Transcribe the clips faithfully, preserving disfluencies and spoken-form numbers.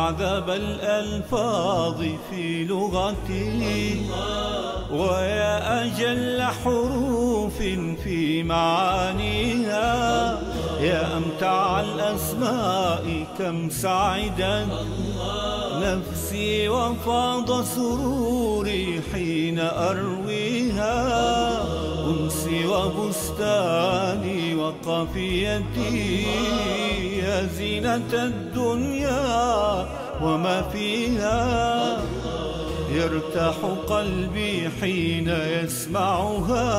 أعذب الألفاظ في لغتي، ويا أجل حروف في معانيها، يا أمتع الأسماء كم سعدت نفسي وفاض سروري حين أرويها، أنسي وبستاني وقافيتي، يا زينة الدنيا وما فيها، يرتاح قلبي حين يسمعها،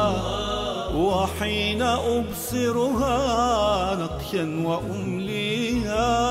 وحين أبصرها نقشا وأمليها.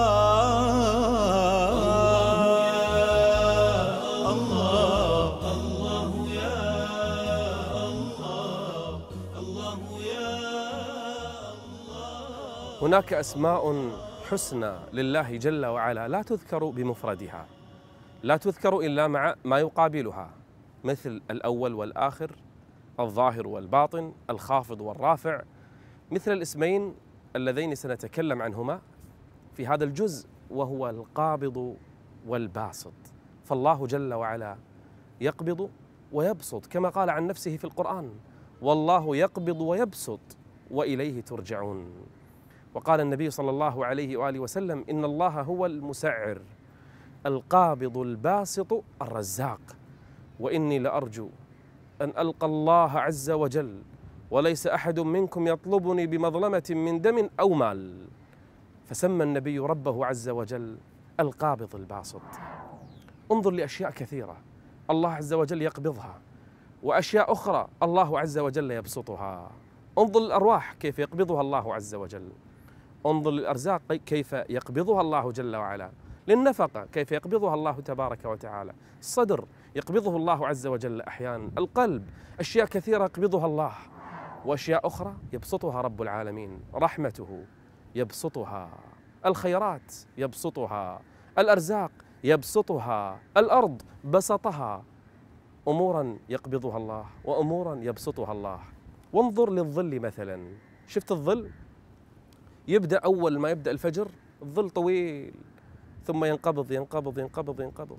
هناك أسماء حسنى لله جل وعلا لا تذكر بمفردها، لا تذكر إلا مع ما يقابلها، مثل الأول والآخر، الظاهر والباطن، الخافض والرافع، مثل الاسمين اللذين سنتكلم عنهما في هذا الجزء، وهو القابض والباسط. فالله جل وعلا يقبض ويبسط كما قال عن نفسه في القرآن: والله يقبض ويبسط وإليه ترجعون. وقال النبي صلى الله عليه وآله وسلم: إن الله هو المسعر القابض الباسط الرزاق، وإني لأرجو أن ألقى الله عز وجل وليس أحد منكم يطلبني بمظلمة من دم أو مال. فسمى النبي ربه عز وجل القابض الباسط. انظر لأشياء كثيرة الله عز وجل يقبضها، وأشياء أخرى الله عز وجل يبسطها. انظر للأرواح كيف يقبضها الله عز وجل، انظر للأرزاق كيف يقبضها الله جل وعلا، للنفقة كيف يقبضها الله تبارك وتعالى، الصدر يقبضه الله عز وجل أحيانا، القلب، أشياء كثيرة يقبضها الله، وأشياء أخرى يبسطها رب العالمين، رحمته يبسطها، الخيرات يبسطها، الأرزاق يبسطها، الأرض بسطها، أمورا يقبضها الله وأمورا يبسطها الله. وانظر للظل مثلا، شفت الظل؟ يبدأ أول ما يبدأ الفجر الظل طويل، ثم ينقبض ينقبض ينقبض ينقبض،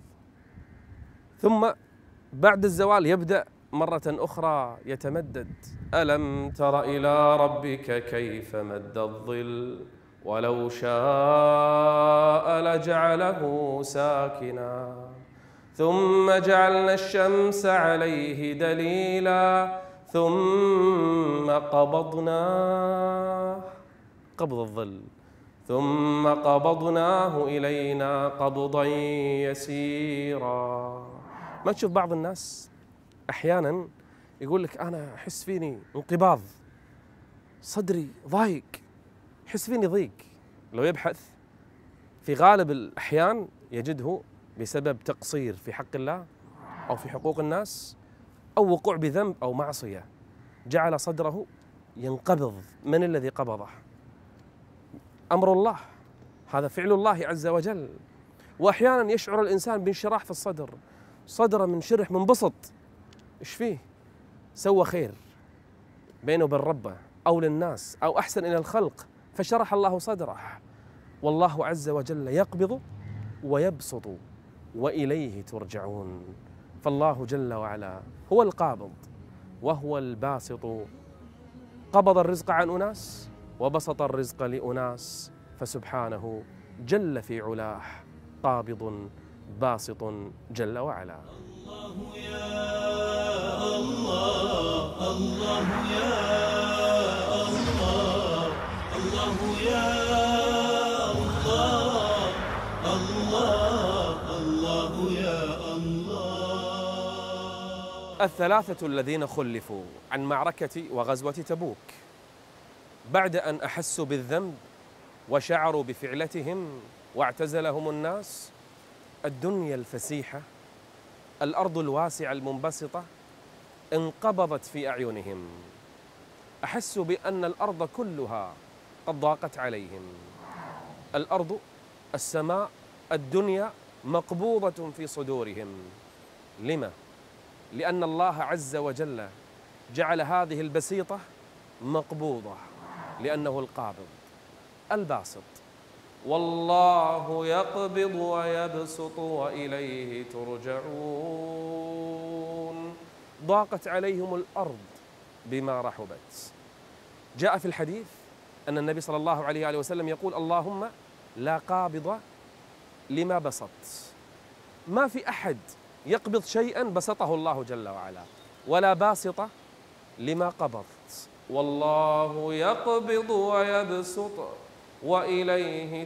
ثم بعد الزوال يبدأ مرة أخرى يتمدد. ألم تر إلى ربك كيف مد الظل ولو شاء لجعله ساكنا ثم جعلنا الشمس عليه دليلا ثم قبضناه، قبض الظل، ثم قبضناه إلينا قبضا يسيرا. ما تشوف بعض الناس أحيانا يقول لك أنا أحس فيني انقباض، صدري ضايق، أحس فيني ضيق. لو يبحث في غالب الأحيان يجده بسبب تقصير في حق الله أو في حقوق الناس أو وقوع بذنب أو معصية جعل صدره ينقبض. من الذي قبضه؟ أمر الله، هذا فعل الله عز وجل. وأحيانا يشعر الإنسان بانشراح في الصدر، صدره منشرح منبسط، إيش فيه؟ سوى خير بينه وبين ربه أو للناس أو أحسن إلى الخلق فشرح الله صدره. والله عز وجل يقبض ويبسط وإليه ترجعون. فالله جل وعلا هو القابض وهو الباسط، قبض الرزق عن أناس وبسط الرزق لأناس، فسبحانه جل في علاه قابض باسط جل وعلا. الله يا الله، الله يا الله، الله يا الله، الله الله يا الله. الثلاثة الذين خلفوا عن معركة وغزوة تبوك بعد أن أحسوا بالذنب وشعروا بفعلتهم واعتزلهم الناس، الدنيا الفسيحة، الأرض الواسعة المنبسطة انقبضت في أعينهم، أحسوا بأن الأرض كلها قد ضاقت عليهم. الأرض، السماء، الدنيا مقبوضة في صدورهم. لما؟ لأن الله عز وجل جعل هذه البسيطة مقبوضة، لأنه القابض الباسط. والله يقبض ويبسط وإليه ترجعون. ضاقت عليهم الأرض بما رحبت. جاء في الحديث أن النبي صلى الله عليه وآله وسلم يقول: اللهم لا قابض لما بسط. ما في أحد يقبض شيئا بسطه الله جل وعلا، ولا باسط لما قبضت. والله يقبض ويبسط وإليه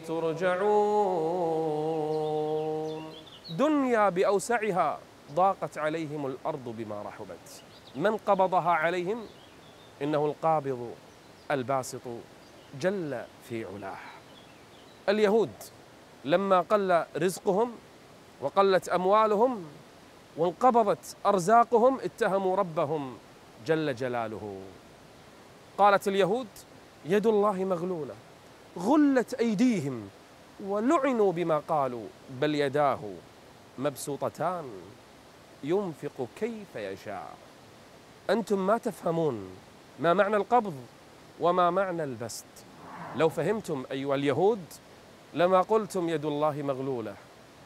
ترجعون. دنيا بأوسعها ضاقت عليهم الأرض بما رحبت. من قبضها عليهم؟ إنه القابض الباسط جل في علاه. اليهود لما قل رزقهم وقلت أموالهم وانقبضت أرزاقهم اتهموا ربهم جل جلاله. قالت اليهود: يد الله مغلولة، غلت أيديهم ولعنوا بما قالوا، بل يداه مبسوطتان ينفق كيف يشاء. أنتم ما تفهمون ما معنى القبض وما معنى البسط. لو فهمتم أيها اليهود لما قلتم يد الله مغلولة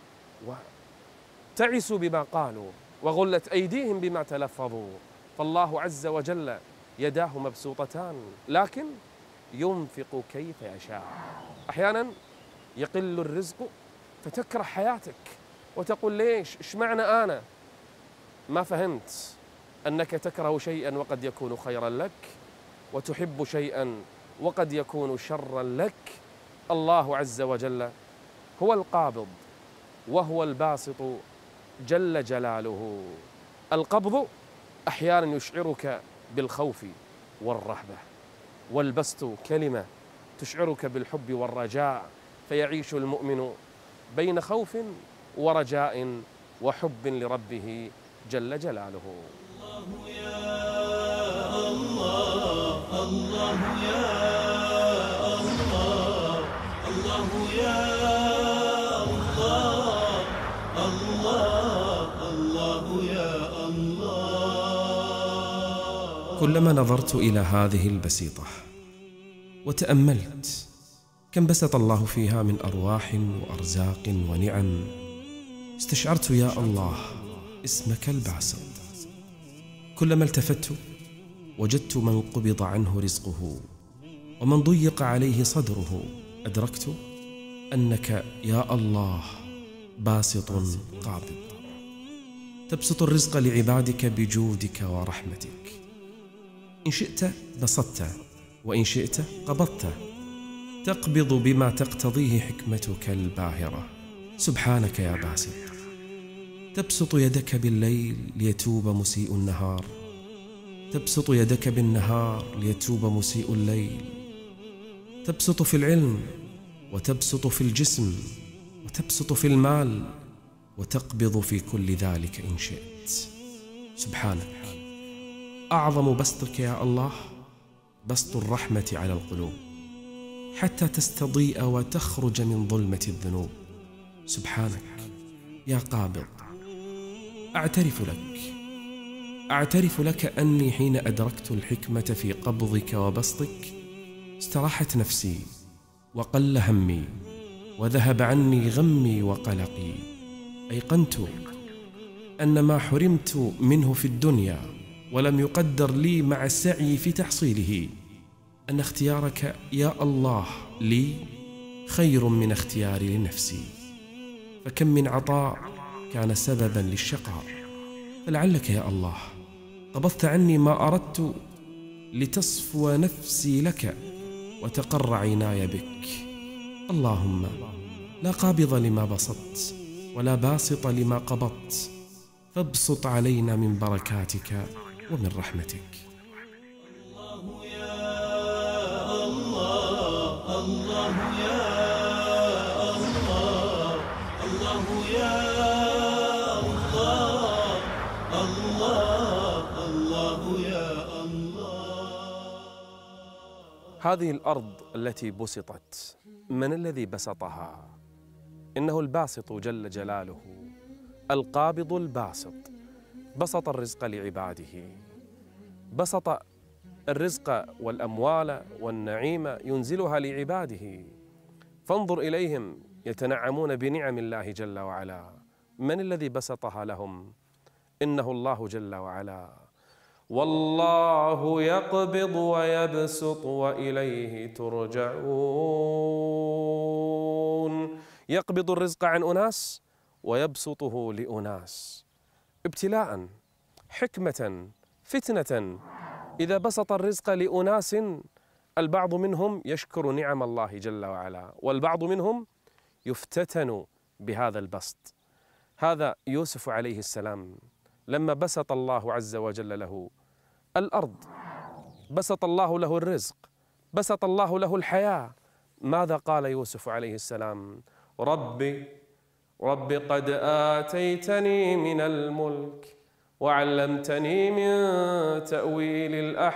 وتعسوا بما قالوا وغلت أيديهم بما تلفظوا. فالله عز وجل يداه مبسوطتان لكن ينفق كيف يشاء. أحيانا يقل الرزق فتكره حياتك وتقول: ليش؟ إيش معنى أنا؟ ما فهمت أنك تكره شيئا وقد يكون خيرا لك، وتحب شيئا وقد يكون شرا لك. الله عز وجل هو القابض وهو الباسط جل جلاله. القبض أحيانا يشعرك بالخوف والرهبة، والبسط كلمة تشعرك بالحب والرجاء، فيعيش المؤمن بين خوف ورجاء وحب لربه جل جلاله. الله يا الله، الله يا الله، الله يا الله، الله، الله يا الله. كلما نظرت إلى هذه البسيطة وتأملت كم بسط الله فيها من أرواح وأرزاق ونعم، استشعرت يا الله اسمك الباسط. كلما التفت وجدت من قبض عنه رزقه ومن ضيق عليه صدره، أدركت أنك يا الله باسط قابض، تبسط الرزق لعبادك بجودك ورحمتك. إن شئت بسطت وإن شئت قبضت، تقبض بما تقتضيه حكمتك الباهرة. سبحانك يا باسط، تبسط يدك بالليل ليتوب مسيء النهار، تبسط يدك بالنهار ليتوب مسيء الليل، تبسط في العلم وتبسط في الجسم وتبسط في المال وتقبض في كل ذلك إن شئت. سبحانك. أعظم بسطك يا الله بسط الرحمة على القلوب حتى تستضيء وتخرج من ظلمة الذنوب. سبحانك يا قابض. أعترف لك أعترف لك أني حين أدركت الحكمة في قبضك وبسطك استراحت نفسي وقل همي وذهب عني غمي وقلقي. أيقنت أن ما حرمت منه في الدنيا ولم يقدر لي مع السعي في تحصيله، أن اختيارك يا الله لي خير من اختياري لنفسي. فكم من عطاء كان سببا للشقاء، فلعلك يا الله قبضت عني ما أردت لتصفو نفسي لك وتقر عيناي بك. اللهم لا قابض لما بسطت ولا باسط لما قبضت، فابسط علينا من بركاتك ومن رحمتك. الله يا الله، الله يا الله، الله يا الله، الله، الله يا الله. هذه الأرض التي بسطت من الذي بسطها؟ إنه الباسط جل جلاله، القابض الباسط. بسط الرزق لعباده، بسط الرزق والأموال والنعيم ينزلها لعباده، فانظر إليهم يتنعمون بنعم الله جل وعلا. من الذي بسطها لهم؟ إنه الله جل وعلا. والله يقبض ويبسط وإليه ترجعون. يقبض الرزق عن أناس ويبسطه لأناس ابتلاء، حكمة، فتنة. إذا بسط الرزق لأناس البعض منهم يشكر نعم الله جل وعلا، والبعض منهم يفتتن بهذا البسط. هذا يوسف عليه السلام لما بسط الله عز وجل له الأرض، بسط الله له الرزق، بسط الله له الحياة، ماذا قال يوسف عليه السلام؟ ربي رب قد آتيتني من الملك وعلمتني من تأويل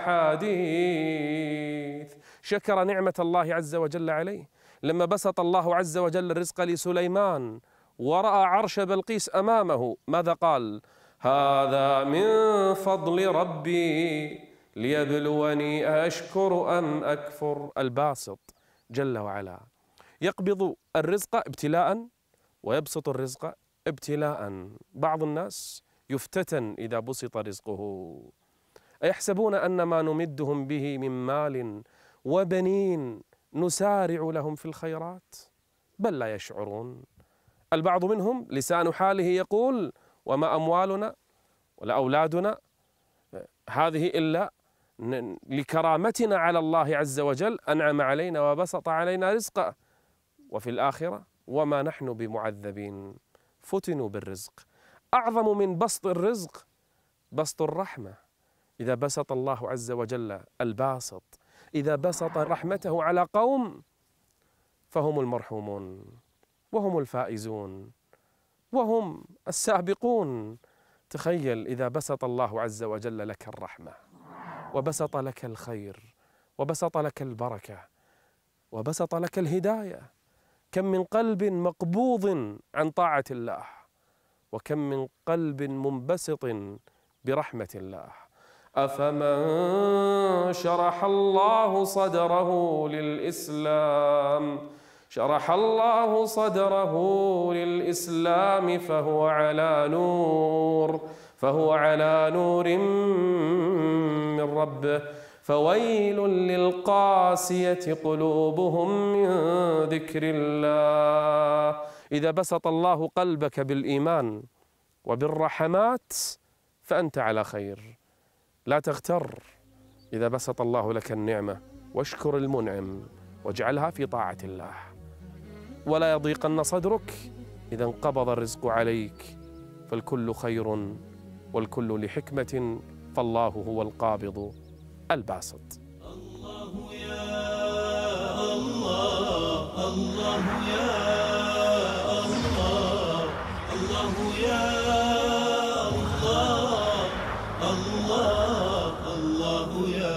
الأحاديث. شكر نعمة الله عز وجل عليه لما بسط الله عز وجل الرزق لسليمان ورأى عرش بلقيس أمامه، ماذا قال؟ هذا من فضل ربي ليبلوني أشكر أم أكفر. الباسط جل وعلا يقبض الرزق ابتلاء ويبسط الرزق ابتلاء. بعض الناس يفتتن إذا بسط رزقه. أيحسبون أن ما نمدهم به من مال وبنين نسارع لهم في الخيرات؟ بل لا يشعرون. البعض منهم لسان حاله يقول وما أموالنا ولا أولادنا هذه إلا لكرامتنا على الله عز وجل، أنعم علينا وبسط علينا رزقه، وفي الآخرة وما نحن بمعذبين. فتنوا بالرزق. أعظم من بسط الرزق بسط الرحمة. إذا بسط الله عز وجل الباسط، إذا بسط رحمته على قوم فهم المرحومون وهم الفائزون وهم السابقون. تخيل إذا بسط الله عز وجل لك الرحمة وبسط لك الخير وبسط لك البركة وبسط لك الهداية، كم من قلب مقبوض عن طاعة الله، وكم من قلب منبسط برحمة الله. أفمن شرح الله صدره للإسلام شرح الله صدره للإسلام فهو على نور فهو على نور من ربه فويل للقاسية قلوبهم من ذكر الله. إذا بسط الله قلبك بالإيمان وبالرحمات فأنت على خير. لا تغتر. إذا بسط الله لك النعمة واشكر المنعم واجعلها في طاعة الله. ولا يضيقن صدرك إذا انقبض الرزق عليك، فالكل خير والكل لحكمة، فالله هو القابض الباسط. الله يا الله الله يا الله الله يا الله الله الله يا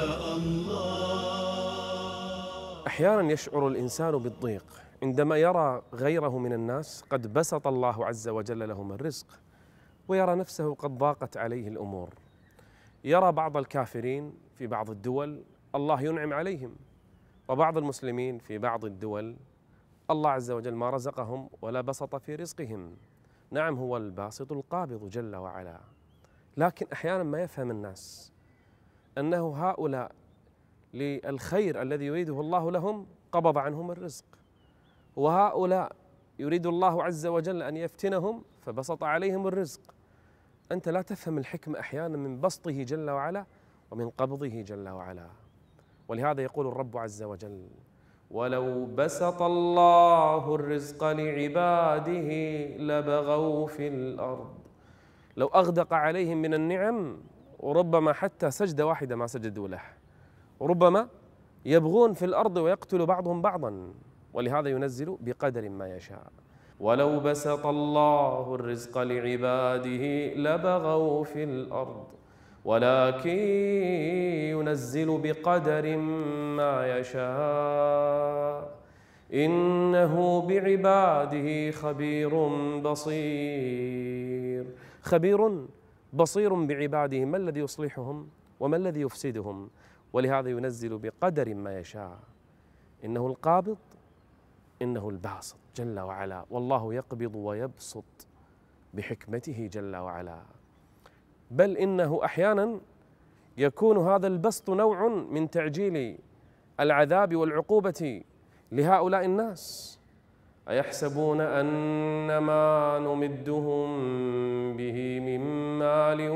الله. أحيانا يشعر الإنسان بالضيق عندما يرى غيره من الناس قد بسط الله عز وجل لهم الرزق، ويرى نفسه قد ضاقت عليه الأمور. يرى بعض الكافرين في بعض الدول الله ينعم عليهم، وبعض المسلمين في بعض الدول الله عز وجل ما رزقهم ولا بسط في رزقهم. نعم، هو الباسط القابض جل وعلا، لكن أحيانا ما يفهم الناس أنه هؤلاء للخير الذي يريده الله لهم قبض عنهم الرزق، وهؤلاء يريد الله عز وجل أن يفتنهم فبسط عليهم الرزق. أنت لا تفهم الحكمة أحيانا من بسطه جل وعلا ومن قبضه جل وعلا. ولهذا يقول الرب عز وجل: ولو بسط الله الرزق لعباده لبغوا في الأرض. لو أغدق عليهم من النعم وربما حتى سجدة واحدة ما سجدوا له، وربما يبغون في الأرض ويقتل بعضهم بعضا. ولهذا ينزل بقدر ما يشاء. ولو بسط الله الرزق لعباده لبغوا في الأرض ولكن ينزل بقدر ما يشاء إنه بعباده خبير بصير. خبير بصير بعباده، ما الذي يصلحهم وما الذي يفسدهم. ولهذا ينزل بقدر ما يشاء. إنه القابض إنه الباسط جل وعلا، والله يقبض ويبسط بحكمته جل وعلا. بل إنه أحيانا يكون هذا البسط نوع من تعجيل العذاب والعقوبة لهؤلاء الناس. أيحسبون أن ما نمدهم به من مال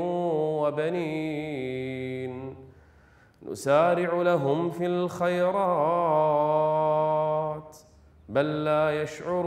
وبنين نسارع لهم في الخيرات بل لا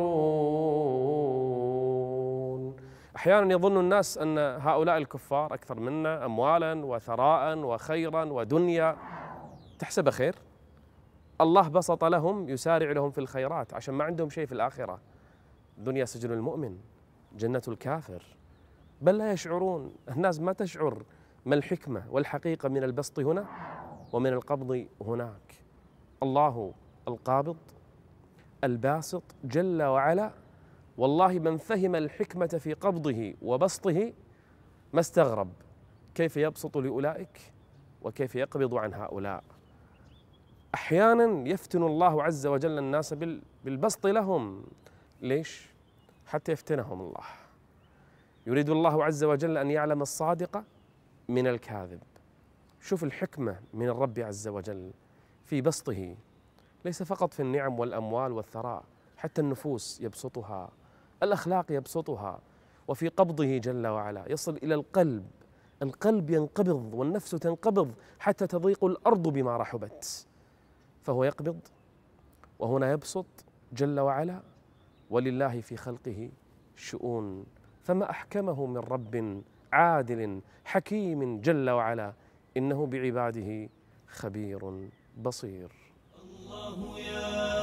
يشعرون. أحيانا يظن الناس أن هؤلاء الكفار أكثر منا أموالا وثراء وخيرا ودنيا. تحسب خير؟ الله بسط لهم، يسارع لهم في الخيرات عشان ما عندهم شيء في الآخرة. الدنيا سجن المؤمن، جنة الكافر، بل لا يشعرون. الناس ما تشعر ما الحكمة والحقيقة من البسط هنا ومن القبض هناك. الله القابض الباسط جل وعلا، والله من فهم الحكمة في قبضه وبسطه ما استغرب كيف يبسط لأولئك وكيف يقبض عن هؤلاء. أحيانا يفتن الله عز وجل الناس بالبسط لهم. ليش؟ حتى يفتنهم الله. يريد الله عز وجل أن يعلم الصادق من الكاذب. شوف الحكمة من الرب عز وجل في بسطه، ليس فقط في النعم والأموال والثراء، حتى النفوس يبسطها، الأخلاق يبسطها، وفي قبضه جل وعلا يصل إلى القلب. القلب ينقبض والنفس تنقبض حتى تضيق الأرض بما رحبت، فهو يقبض وهنا يبسط جل وعلا، ولله في خلقه شؤون. فما أحكمه من رب عادل حكيم جل وعلا، إنه بعباده خبير بصير. الله يا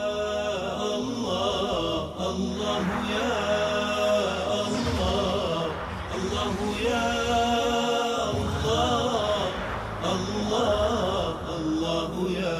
الله، الله يا الله، الله يا الله، الله الله يا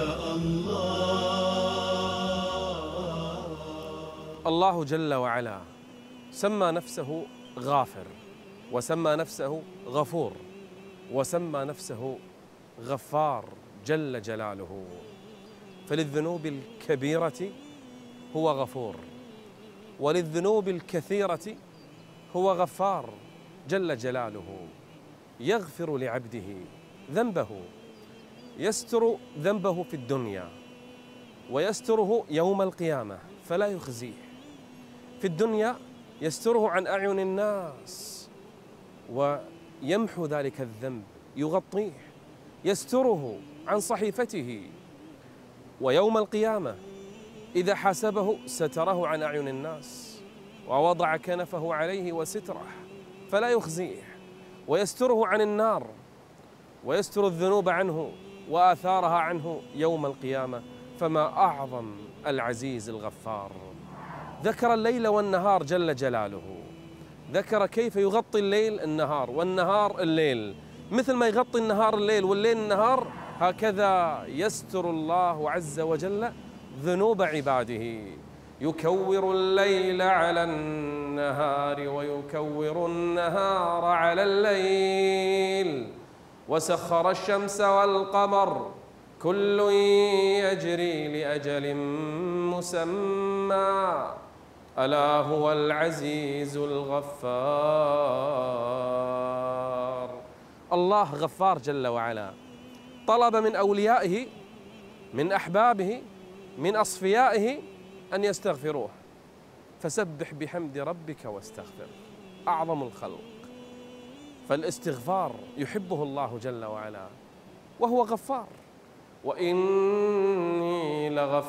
الله. الله جل وعلا سمى نفسه غافر، وسمى نفسه غفور، وسمى نفسه غفار جل جلاله. فللذنوب الكبيرة هو غفور، وللذنوب الكثيرة هو غفار جل جلاله. يغفر لعبده ذنبه، يستر ذنبه في الدنيا ويستره يوم القيامة فلا يخزيه. في الدنيا يستره عن أعين الناس ويمحو ذلك الذنب، يغطيه، يستره عن صحيفته. ويوم القيامة إذا حاسبه ستره عن أعين الناس ووضع كنفه عليه وستره فلا يخزيه، ويستره عن النار ويستر الذنوب عنه وآثارها عنه يوم القيامة. فما أعظم العزيز الغفار. ذكر الليل والنهار جل جلاله، ذكر كيف يغطي الليل النهار والنهار الليل. مثل ما يغطي النهار الليل والليل النهار، هكذا يستر الله عز وجل ذنوب عباده. يكور الليل على النهار ويكور النهار على الليل، وسخر الشمس والقمر كل يجري لأجل مسمى، ألا هو العزيز الغفار. الله غفار جل وعلا، طلب من أوليائه، من أحبابه، من أصفيائه أن يستغفروه. فسبح بحمد ربك واستغفر، أعظم الخلق. فالاستغفار يحبه الله جل وعلا، وهو غفار. وإني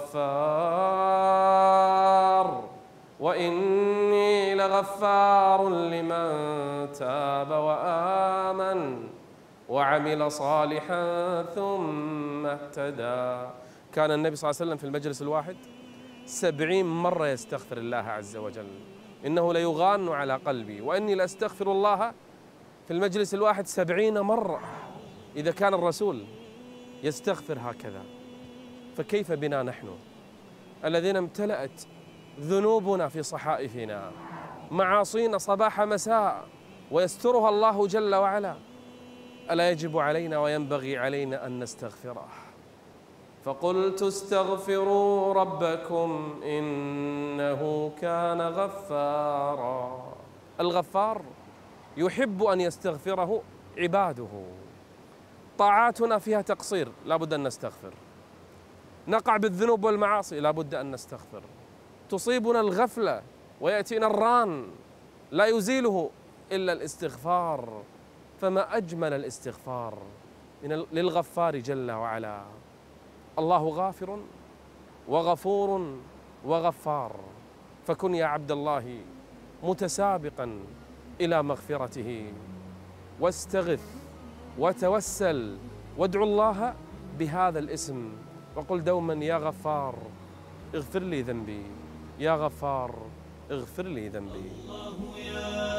لغفار، وإني لغفار لمن تاب وآمن وعمل صالحا ثم اهتدى. كان النبي صلى الله عليه وسلم في المجلس الواحد سبعين مرة يستغفر الله عز وجل. إنه ليغان على قلبي وإني لأستغفر الله في المجلس الواحد سبعين مرة. إذا كان الرسول يستغفر هكذا، فكيف بنا نحن الذين امتلأت ذنوبنا في صحائفنا، معاصينا صباح مساء، ويسترها الله جل وعلا؟ ألا يجب علينا وينبغي علينا أن نستغفره؟ فقلت استغفروا ربكم إنه كان غفارا. الغفار يحب أن يستغفره عباده. طاعاتنا فيها تقصير، لا بد أن نستغفر. نقع بالذنوب والمعاصي، لا بد أن نستغفر. تصيبنا الغفلة ويأتينا الران، لا يزيله إلا الاستغفار. فما أجمل الاستغفار للغفار جل وعلا. الله غافر وغفور وغفار، فكن يا عبد الله متسابقا إلى مغفرته، واستغث وتوسل وادعو الله بهذا الاسم، وقل دوما يا غفار اغفر لي ذنبي، يا غفار اغفر لي ذنبي. الله يا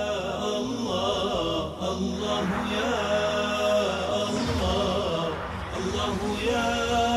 الله، الله يا الله، الله يا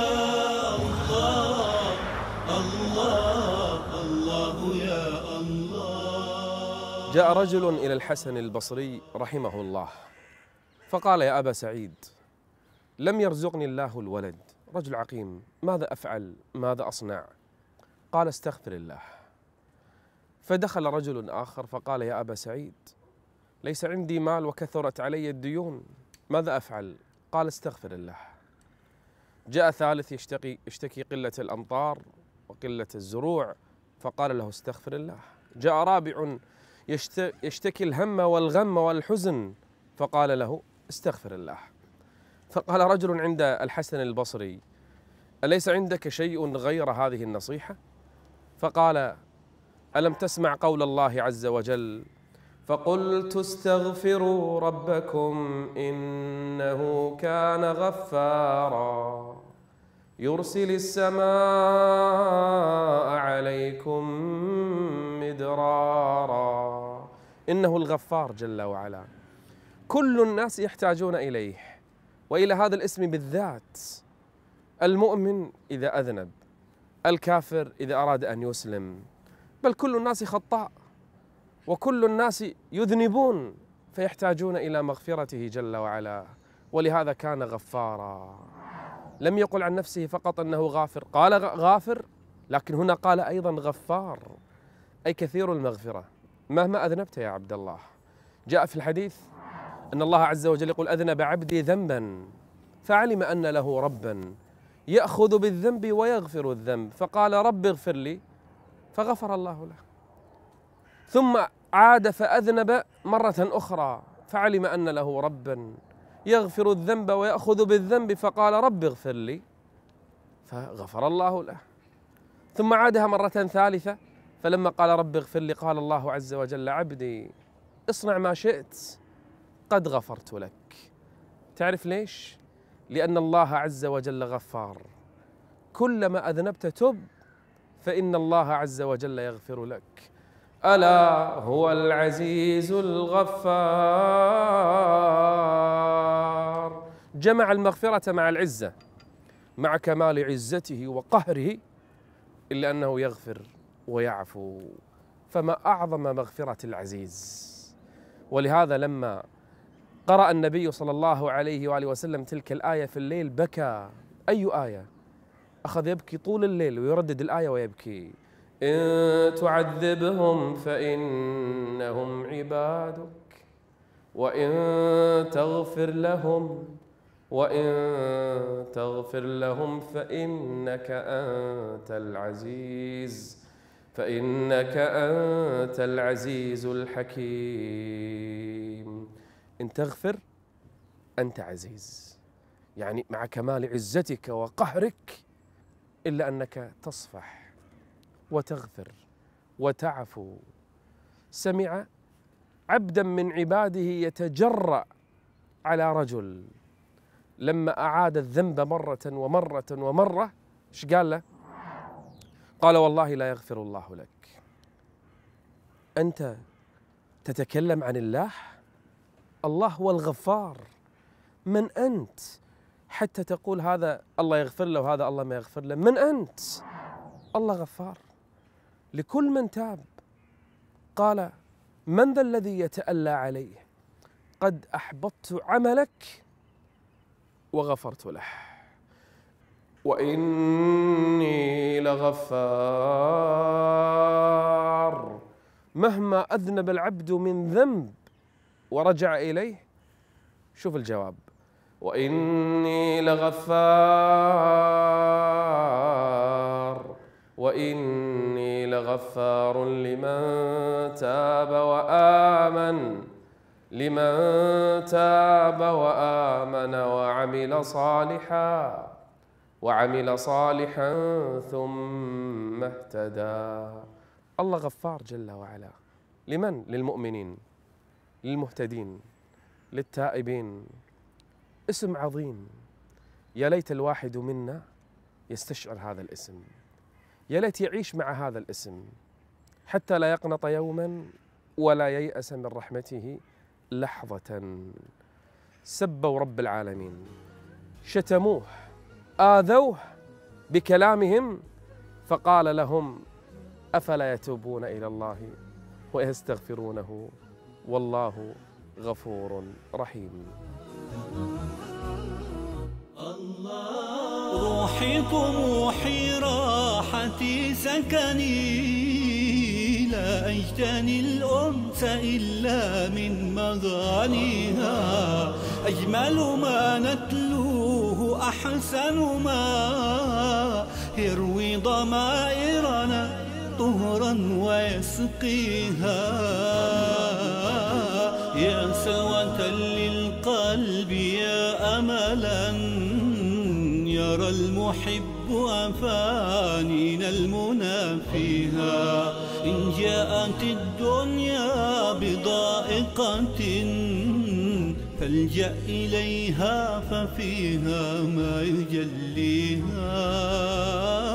الله، الله الله يا الله. جاء رجل إلى الحسن البصري رحمه الله فقال يا أبا سعيد، لم يرزقني الله الولد، رجل عقيم، ماذا أفعل؟ ماذا أصنع؟ قال استغفر الله. فدخل رجل آخر فقال يا أبا سعيد، ليس عندي مال وكثرت علي الديون، ماذا أفعل؟ قال استغفر الله. جاء ثالث يشتكي, يشتكي قلة الأمطار وقلة الزروع فقال له استغفر الله. جاء رابع يشتكي الهم والغم والحزن فقال له استغفر الله. فقال رجل عند الحسن البصري أليس عندك شيء غير هذه النصيحة؟ فقال ألم تسمع قول الله عز وجل فقلت استغفروا ربكم إنه كان غفارا يرسل السماء عليكم مدرارا. إنه الغفار جل وعلا، كل الناس يحتاجون إليه وإلى هذا الاسم بالذات. المؤمن إذا أذنب، الكافر إذا أراد أن يسلم، بل كل الناس خطاء وكل الناس يذنبون فيحتاجون إلى مغفرته جل وعلا. ولهذا كان غفارا. لم يقل عن نفسه فقط أنه غافر، قال غافر، لكن هنا قال أيضا غفار، أي كثير المغفرة مهما أذنبت يا عبد الله. جاء في الحديث أن الله عز وجل يقول أذنب عبدي ذنبا فعلم أن له ربا يأخذ بالذنب ويغفر الذنب، فقال رب اغفر لي فغفر الله له. ثم عاد فأذنب مرة أخرى فعلم أن له ربا يغفر الذنب ويأخذ بالذنب، فقال رب اغفر لي فغفر الله له. ثم عادها مرة ثالثة فلما قال رب اغفر لي قال الله عز وجل عبدي اصنع ما شئت قد غفرت لك. تعرف ليش؟ لأن الله عز وجل غفار، كلما أذنبت تب فإن الله عز وجل يغفر لك. ألا هو العزيز الغفار. جمع المغفرة مع العزة، مع كمال عزته وقهره، إلا أنه يغفر ويعفو. فما أعظم مغفرة العزيز. ولهذا لما قرأ النبي صلى الله عليه وآله وسلم تلك الآية في الليل بكى. أي آية؟ أخذ يبكي طول الليل ويردد الآية ويبكي. إن تعذبهم فإنهم عبادك وإن تغفر لهم وإن تغفر لهم فإنك أنت العزيز فإنك أنت العزيز الحكيم. إن تغفر أنت عزيز، يعني مع كمال عزتك وقهرك، إلا أنك تصفح وتغفر وتعفو. سمع عبدا من عباده يتجرأ على رجل لما أعاد الذنب مرة ومرة ومرة، إيش قال له؟ قال والله لا يغفر الله لك. أنت تتكلم عن الله؟ الله هو الغفار. من أنت حتى تقول هذا الله يغفر له وهذا الله ما يغفر له؟ من أنت؟ الله غفار لكل من تاب. قال من ذا الذي يتألى عليه؟ قد أحبطت عملك وغفرت له. وإني لغفار. مهما أذنب العبد من ذنب ورجع إليه، شوف الجواب: وإني لغفار وإني لغفار لمن تاب وآمن لمن تاب وآمن وعمل صالحا وعمل صالحا ثم اهتدى. الله غفار جل وعلا. لمن؟ للمؤمنين، للمهتدين، للتائبين. اسم عظيم، يا ليت الواحد منا يستشعر هذا الاسم، يا ليت يعيش مع هذا الاسم حتى لا يقنط يوما ولا ييأس من رحمته لحظة. سبوا رب العالمين، شتموه، آذوه بكلامهم، فقال لهم: أفلا يتوبون إلى الله ويستغفرونه والله غفور رحيم. روحي طموحي راحتي سكني، لا أجتني الأنس إلا من مغانيها. أجمل ما نتلوه أحسن ما يروي ضمائرنا طهرا ويسقيها. يا سلوة للقلب يا أملا يرى المحب أفانينا المنى فيها. إن جاءت الدنيا بضائقة فالجأ إليها ففيها ما يجليها.